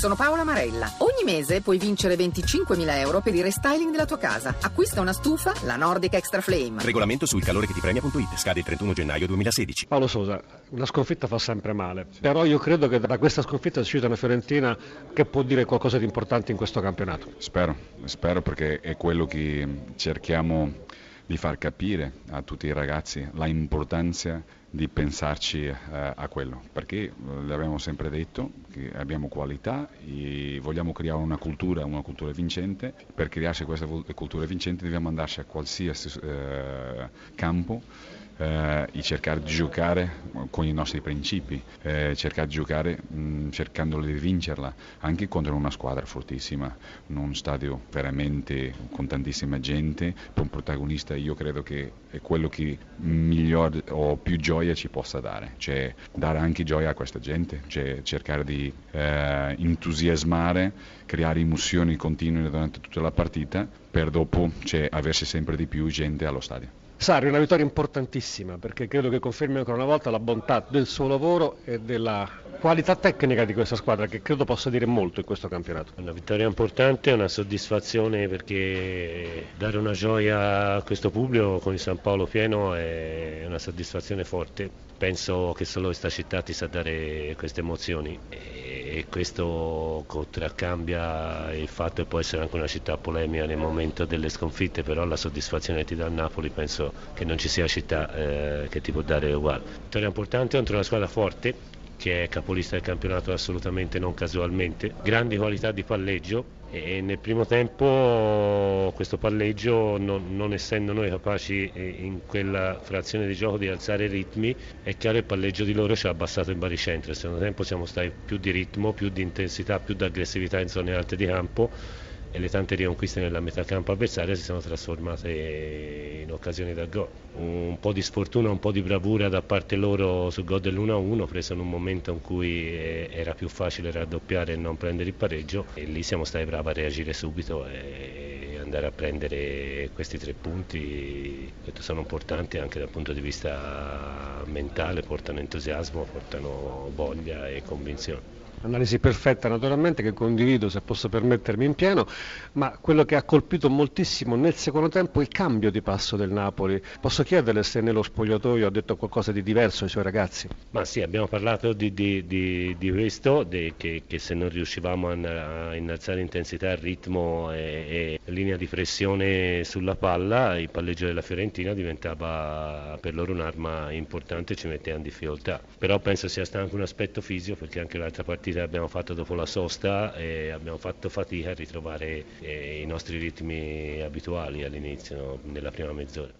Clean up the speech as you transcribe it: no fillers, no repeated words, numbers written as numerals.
Sono Paola Marella. Ogni mese puoi vincere 25.000 euro per il restyling della tua casa. Acquista una stufa, la Nordic Extra Flame. Regolamento sul calore che ti premia.it. Scade il 31 gennaio 2016. Paolo Sosa, una sconfitta fa sempre male, però io credo che da questa sconfitta sia uscita una Fiorentina che può dire qualcosa di importante in questo campionato. Spero perché è quello che cerchiamo di far capire a tutti i ragazzi, la importanza di pensarci a quello, perché l'abbiamo sempre detto che abbiamo qualità e vogliamo creare una cultura vincente. Per crearsi questa cultura vincente dobbiamo andarci a qualsiasi campo e cercare di giocare con i nostri principi, cercare di giocare cercando di vincerla anche contro una squadra fortissima, in uno stadio veramente con tantissima gente. Per un protagonista io credo che è quello che miglior o più gioia ci possa dare, cioè dare anche gioia a questa gente, cioè cercare di entusiasmare, creare emozioni continue durante tutta la partita per dopo aversi sempre di più gente allo stadio. Sarri, una vittoria importantissima perché credo che confermi ancora una volta la bontà del suo lavoro e della qualità tecnica di questa squadra, che credo possa dire molto in questo campionato. Una vittoria importante, una soddisfazione, perché dare una gioia a questo pubblico con il San Paolo pieno è una soddisfazione forte. Penso che solo questa città ti sa dare queste emozioni e questo contraccambia il fatto che può essere anche una città polemica nel momento delle sconfitte, però la soddisfazione che ti dà il Napoli penso che non ci sia città che ti può dare uguale. Vittoria importante contro una squadra forte che è capolista del campionato assolutamente non casualmente, grandi qualità di palleggio e nel primo tempo questo palleggio non essendo noi capaci in quella frazione di gioco di alzare i ritmi, è chiaro il palleggio di loro ci ha abbassato in baricentro. Nel secondo tempo siamo stati più di ritmo, più di intensità, più di aggressività in zone alte di campo e le tante riconquiste nella metà campo avversaria si sono trasformate in occasioni da gol. Un po' di sfortuna, un po' di bravura da parte loro sul gol dell'1-1 preso in un momento in cui era più facile raddoppiare e non prendere il pareggio, e lì siamo stati bravi a reagire subito e andare a prendere questi 3 punti che sono importanti anche dal punto di vista mentale, portano entusiasmo, portano voglia e convinzione. Analisi perfetta naturalmente, che condivido se posso permettermi in pieno, ma quello che ha colpito moltissimo nel secondo tempo è il cambio di passo del Napoli. Posso chiederle se nello spogliatoio ha detto qualcosa di diverso ai suoi ragazzi? Ma sì, abbiamo parlato di questo, che se non riuscivamo a innalzare intensità, ritmo e linea di pressione sulla palla, il palleggio della Fiorentina diventava per loro un'arma importante e ci metteva in difficoltà. Però penso sia stato anche un aspetto fisico, perché anche l'altra partita abbiamo fatto dopo la sosta e abbiamo fatto fatica a ritrovare i nostri ritmi abituali all'inizio, nella prima mezz'ora.